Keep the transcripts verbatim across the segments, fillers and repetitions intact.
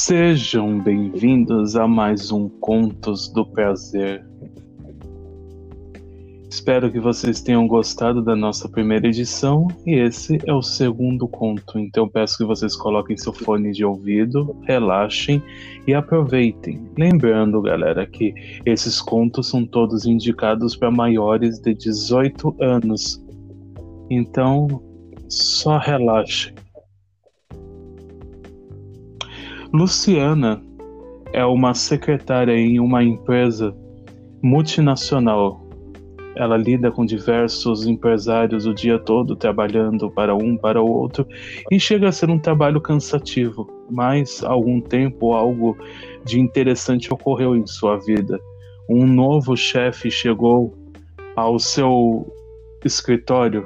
Sejam bem-vindos a mais um Contos do Prazer. Espero que vocês tenham gostado da nossa primeira edição e esse é o segundo conto. Então peço que vocês coloquem seu fone de ouvido, relaxem e aproveitem. Lembrando, galera, que esses contos são todos indicados para maiores de dezoito anos. Então, só relaxem. Luciana é uma secretária em uma empresa multinacional. Ela lida com diversos empresários o dia todo, trabalhando para um, para o outro, e chega a ser um trabalho cansativo, mas há algum tempo algo de interessante ocorreu em sua vida. Um novo chefe chegou ao seu escritório,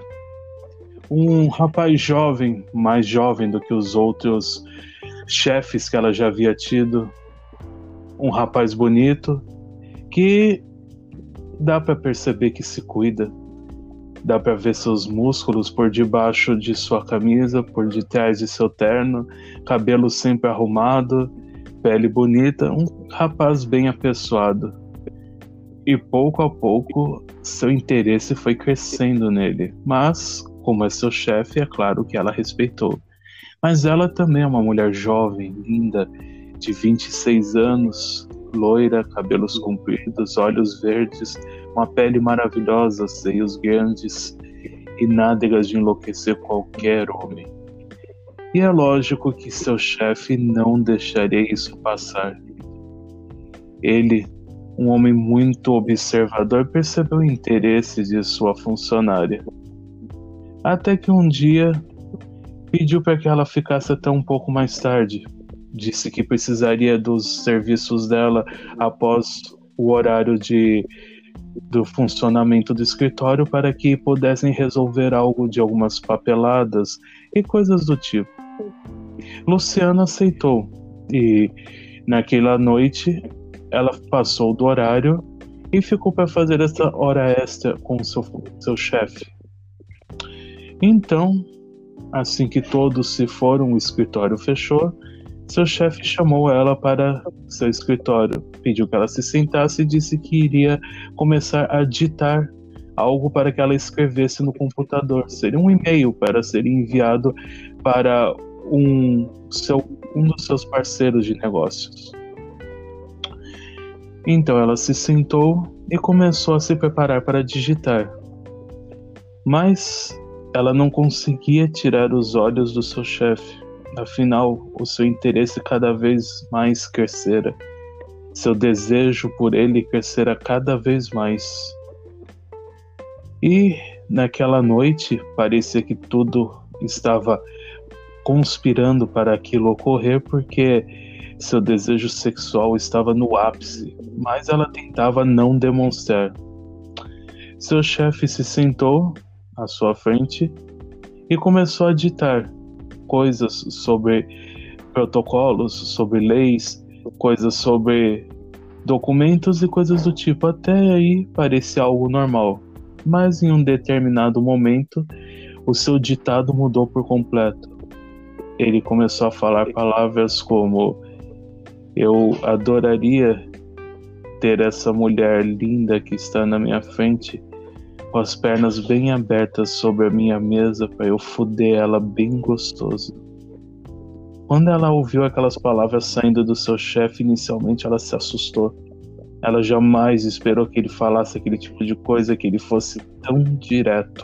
um rapaz jovem, mais jovem do que os outros chefes que ela já havia tido, um rapaz bonito que dá para perceber que se cuida, dá para ver seus músculos por debaixo de sua camisa, por detrás de seu terno, cabelo sempre arrumado, pele bonita, um rapaz bem apessoado. E pouco a pouco seu interesse foi crescendo nele, mas como é seu chefe, é claro que ela respeitou. Mas ela também é uma mulher jovem, linda, de vinte e seis anos, loira, cabelos compridos, olhos verdes, uma pele maravilhosa, seios grandes e nádegas de enlouquecer qualquer homem. E é lógico que seu chefe não deixaria isso passar. Ele, um homem muito observador, percebeu o interesse de sua funcionária. Até que um dia pediu para que ela ficasse até um pouco mais tarde. Disse que precisaria dos serviços dela após o horário de, do funcionamento do escritório para que pudessem resolver algo de algumas papeladas e coisas do tipo. Luciana aceitou e naquela noite ela passou do horário e ficou para fazer essa hora extra com seu, seu chefe. Então, assim que todos se foram, o escritório fechou. Seu chefe chamou ela para seu escritório, pediu que ela se sentasse e disse que iria começar a ditar algo para que ela escrevesse no computador. Seria um e-mail para ser enviado para um, seu, um dos seus parceiros de negócios. Então ela se sentou e começou a se preparar para digitar. Mas ela não conseguia tirar os olhos do seu chefe. Afinal, o seu interesse cada vez mais crescera. Seu desejo por ele crescera cada vez mais. E naquela noite, parecia que tudo estava conspirando para aquilo ocorrer, porque seu desejo sexual estava no ápice, mas ela tentava não demonstrar. Seu chefe se sentou à sua frente e começou a ditar coisas sobre protocolos, sobre leis, coisas sobre documentos e coisas do tipo. Até aí parecia algo normal, mas em um determinado momento o seu ditado mudou por completo. Ele começou a falar palavras como: eu adoraria ter essa mulher linda que está na minha frente com as pernas bem abertas sobre a minha mesa para eu foder ela bem gostoso. Quando ela ouviu aquelas palavras saindo do seu chefe, inicialmente ela se assustou. Ela jamais esperou que ele falasse aquele tipo de coisa, que ele fosse tão direto.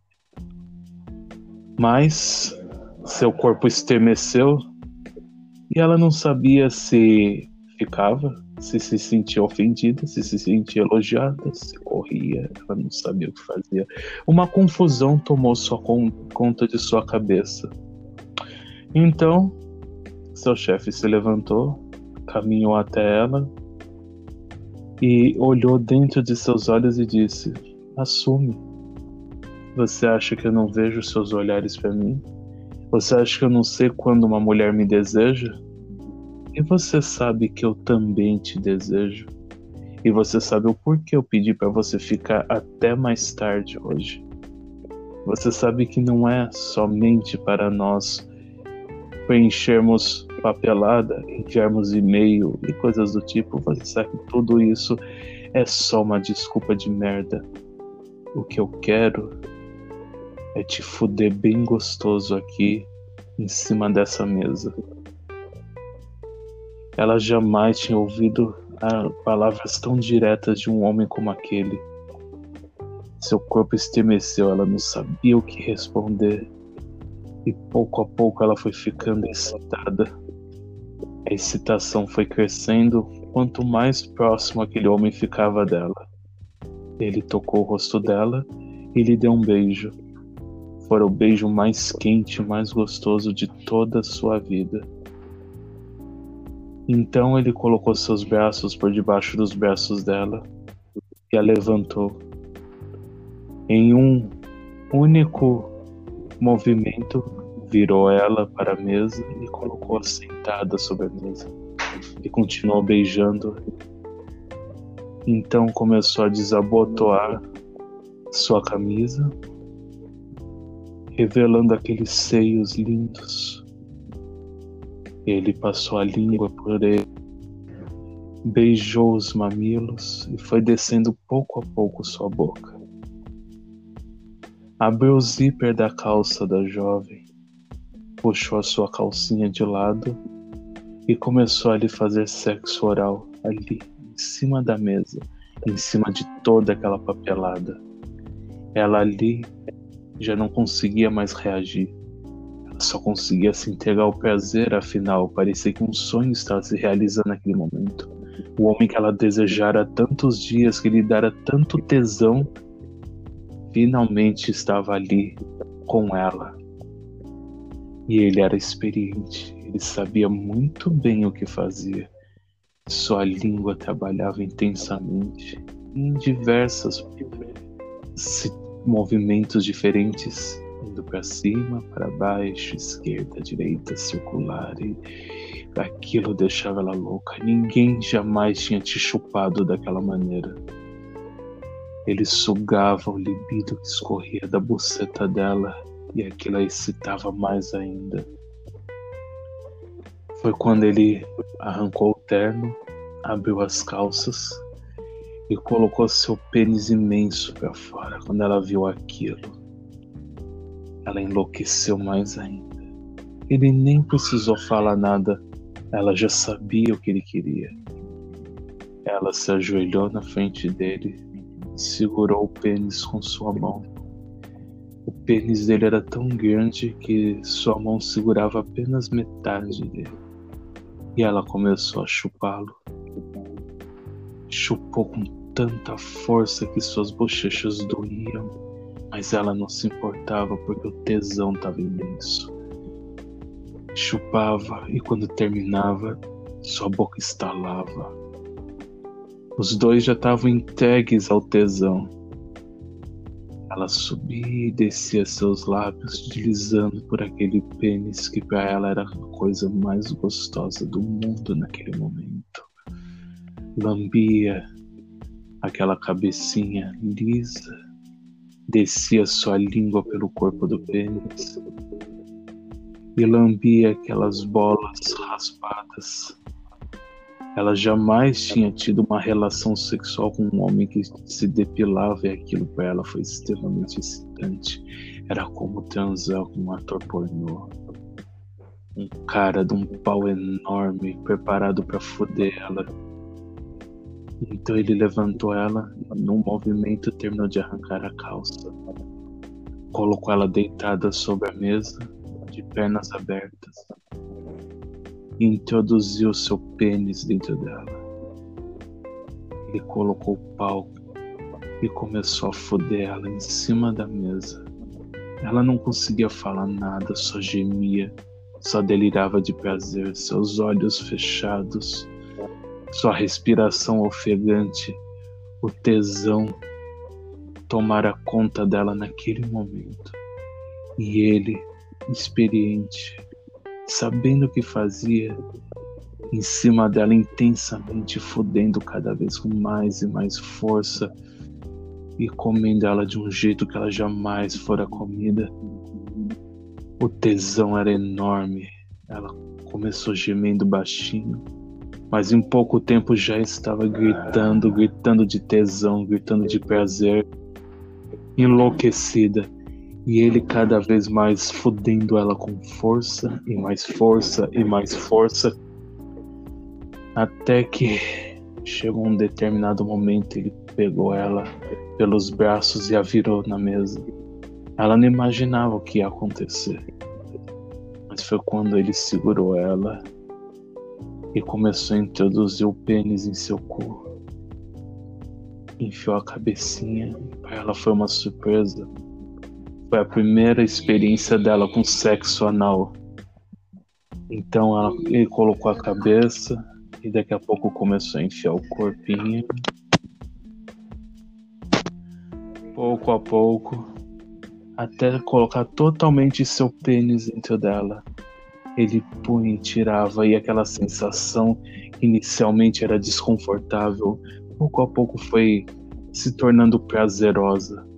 Mas seu corpo estremeceu e ela não sabia se ficava, se se sentia ofendida, se se sentia elogiada, se corria, ela não sabia o que fazia. Uma confusão tomou sua con- conta de sua cabeça. Então, seu chefe se levantou, caminhou até ela e olhou dentro de seus olhos e disse: assume. Você acha que eu não vejo seus olhares para mim? Você acha que eu não sei quando uma mulher me deseja? E você sabe que eu também te desejo. E você sabe o porquê eu pedi para você ficar até mais tarde hoje. Você sabe que não é somente para nós preenchermos papelada, enviarmos e-mail e coisas do tipo, você sabe que tudo isso é só uma desculpa de merda. O que eu quero é te fuder bem gostoso aqui em cima dessa mesa. Ela jamais tinha ouvido ah, palavras tão diretas de um homem como aquele. Seu corpo estremeceu, ela não sabia o que responder. E pouco a pouco ela foi ficando excitada. A excitação foi crescendo quanto mais próximo aquele homem ficava dela. Ele tocou o rosto dela e lhe deu um beijo. Foi o beijo mais quente e mais gostoso de toda a sua vida. Então ele colocou seus braços por debaixo dos braços dela e a levantou. Em um único movimento, virou ela para a mesa e colocou-a sentada sobre a mesa. E continuou beijando. Então começou a desabotoar sua camisa, revelando aqueles seios lindos. Ele passou a língua por ele, beijou os mamilos e foi descendo pouco a pouco sua boca. Abriu o zíper da calça da jovem, puxou a sua calcinha de lado e começou a lhe fazer sexo oral ali, em cima da mesa, em cima de toda aquela papelada. Ela ali já não conseguia mais reagir. Ela só conseguia se entregar ao prazer, afinal, parecia que um sonho estava se realizando naquele momento. O homem que ela desejara há tantos dias, que lhe dera tanto tesão, finalmente estava ali com ela. E ele era experiente, ele sabia muito bem o que fazia. Sua língua trabalhava intensamente, em diversos movimentos diferentes, indo para cima, para baixo, esquerda, direita, circular, e aquilo deixava ela louca. Ninguém jamais tinha te chupado daquela maneira. Ele sugava o libido que escorria da buceta dela e aquilo a excitava mais ainda. Foi quando ele arrancou o terno, abriu as calças e colocou seu pênis imenso para fora. Quando ela viu aquilo, ela enlouqueceu mais ainda. Ele nem precisou falar nada, ela já sabia o que ele queria. Ela se ajoelhou na frente dele, segurou o pênis com sua mão. O pênis dele era tão grande que sua mão segurava apenas metade dele. E ela começou a chupá-lo. Chupou com tanta força que suas bochechas doíam, mas ela não se importava porque o tesão estava imenso. Chupava e quando terminava, sua boca estalava. Os dois já estavam entregues ao tesão. Ela subia e descia seus lábios, deslizando por aquele pênis que para ela era a coisa mais gostosa do mundo naquele momento. Lambia aquela cabecinha lisa, descia sua língua pelo corpo do pênis e lambia aquelas bolas raspadas. Ela jamais tinha tido uma relação sexual com um homem que se depilava e aquilo para ela foi extremamente excitante. Era como transar com um ator pornô. Um cara de um pau enorme, preparado para foder ela. Então ele levantou ela e num movimento terminou de arrancar a calça. Colocou ela deitada sobre a mesa, de pernas abertas. E introduziu seu pênis dentro dela. Ele colocou o pau e começou a foder ela em cima da mesa. Ela não conseguia falar nada, só gemia, só delirava de prazer, seus olhos fechados, sua respiração ofegante, o tesão tomara conta dela naquele momento. E ele, experiente, sabendo o que fazia, em cima dela intensamente, fodendo cada vez com mais e mais força e comendo ela de um jeito que ela jamais fora comida. O tesão era enorme. Ela Começou gemendo baixinho, mas em pouco tempo já estava gritando, gritando de tesão, gritando de prazer, enlouquecida. E ele cada vez mais fudendo ela com força, e mais força, e mais força. Até que chegou um determinado momento, ele pegou ela pelos braços e a virou na mesa. Ela não imaginava o que ia acontecer. Mas foi quando ele segurou ela e começou a introduzir o pênis em seu cu. Enfiou a cabecinha. Para ela foi uma surpresa. Foi a primeira experiência dela com sexo anal. Então ela, ele colocou a cabeça e daqui a pouco começou a enfiar o corpinho. Pouco a pouco, até colocar totalmente seu pênis dentro dela. Ele punha e tirava, e aquela sensação que inicialmente era desconfortável, pouco a pouco foi se tornando prazerosa.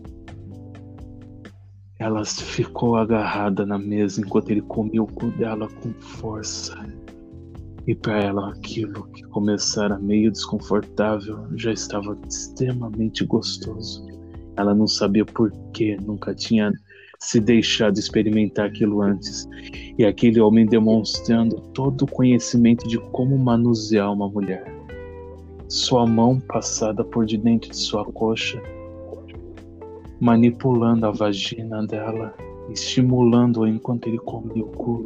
Ela ficou agarrada na mesa enquanto ele comia o cu dela com força. E para ela aquilo que começara meio desconfortável já estava extremamente gostoso. Ela não sabia por que nunca tinha se deixado experimentar aquilo antes. E aquele homem demonstrando todo o conhecimento de como manusear uma mulher. Sua mão passada por de dentro de sua coxa, manipulando a vagina dela, estimulando-a enquanto ele comia o cu.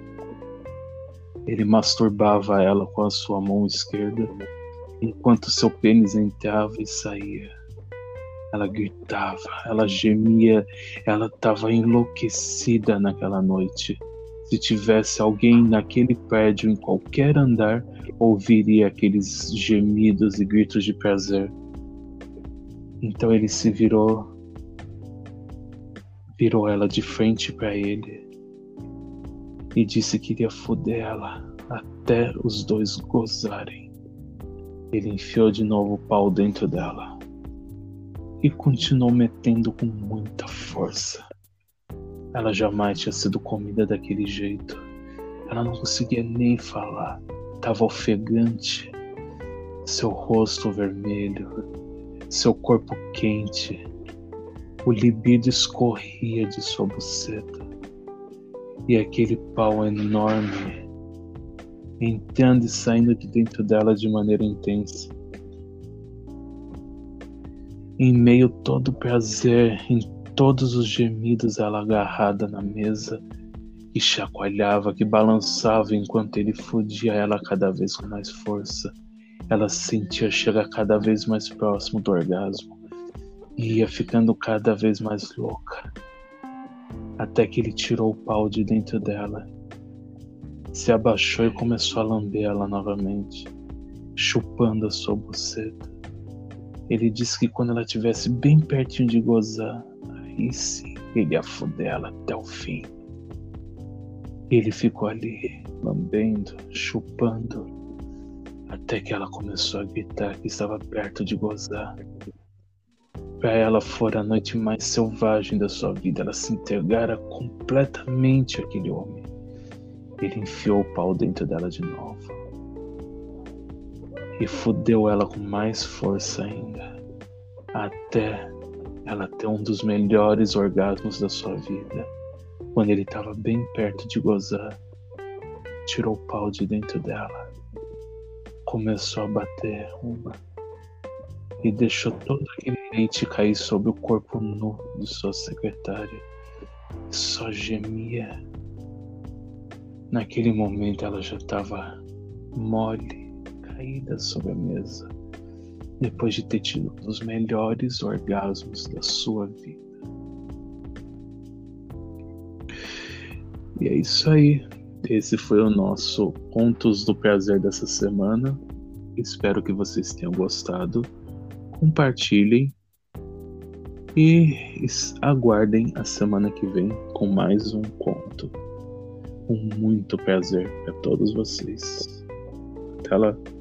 Ele masturbava ela com a sua mão esquerda, enquanto seu pênis entrava e saía. Ela gritava, ela gemia, ela estava enlouquecida naquela noite. Se tivesse alguém naquele prédio, em qualquer andar, ouviria aqueles gemidos e gritos de prazer. Então ele se virou, virou ela de frente para ele e disse que iria foder ela até os dois gozarem. Ele enfiou de novo o pau dentro dela e continuou metendo com muita força. Ela jamais tinha sido comida daquele jeito. Ela não conseguia nem falar. Estava ofegante. Seu rosto vermelho, seu corpo quente. O libido escorria de sua buceta. E aquele pau enorme entrando e saindo de dentro dela de maneira intensa. Em meio a todo o prazer, em todos os gemidos, ela agarrada na mesa, que chacoalhava, que balançava enquanto ele fodia ela cada vez com mais força. Ela se sentia chegar cada vez mais próximo do orgasmo e ia ficando cada vez mais louca. Até que ele tirou o pau de dentro dela, se abaixou e começou a lamber ela novamente, chupando a sua buceta. Ele disse que quando ela estivesse bem pertinho de gozar, aí sim ele ia foder ela até o fim. Ele ficou ali, lambendo, chupando, até que ela começou a gritar que estava perto de gozar. Para ela fora a noite mais selvagem da sua vida, ela se entregara completamente àquele homem. Ele enfiou o pau dentro dela de novo e fudeu ela com mais força ainda, até ela ter um dos melhores orgasmos da sua vida. Quando ele estava bem perto de gozar, tirou o pau de dentro dela, começou a bater uma e deixou todo aquele leite cair sobre o corpo nu de sua secretária, que só gemia. Naquele momento ela já estava mole, caída sobre a mesa, depois de ter tido um dos melhores orgasmos da sua vida. E é isso aí. Esse foi o nosso Contos do Prazer dessa semana. Espero que vocês tenham gostado. Compartilhem e aguardem a semana que vem com mais um conto. Com muito prazer para todos vocês. Até lá.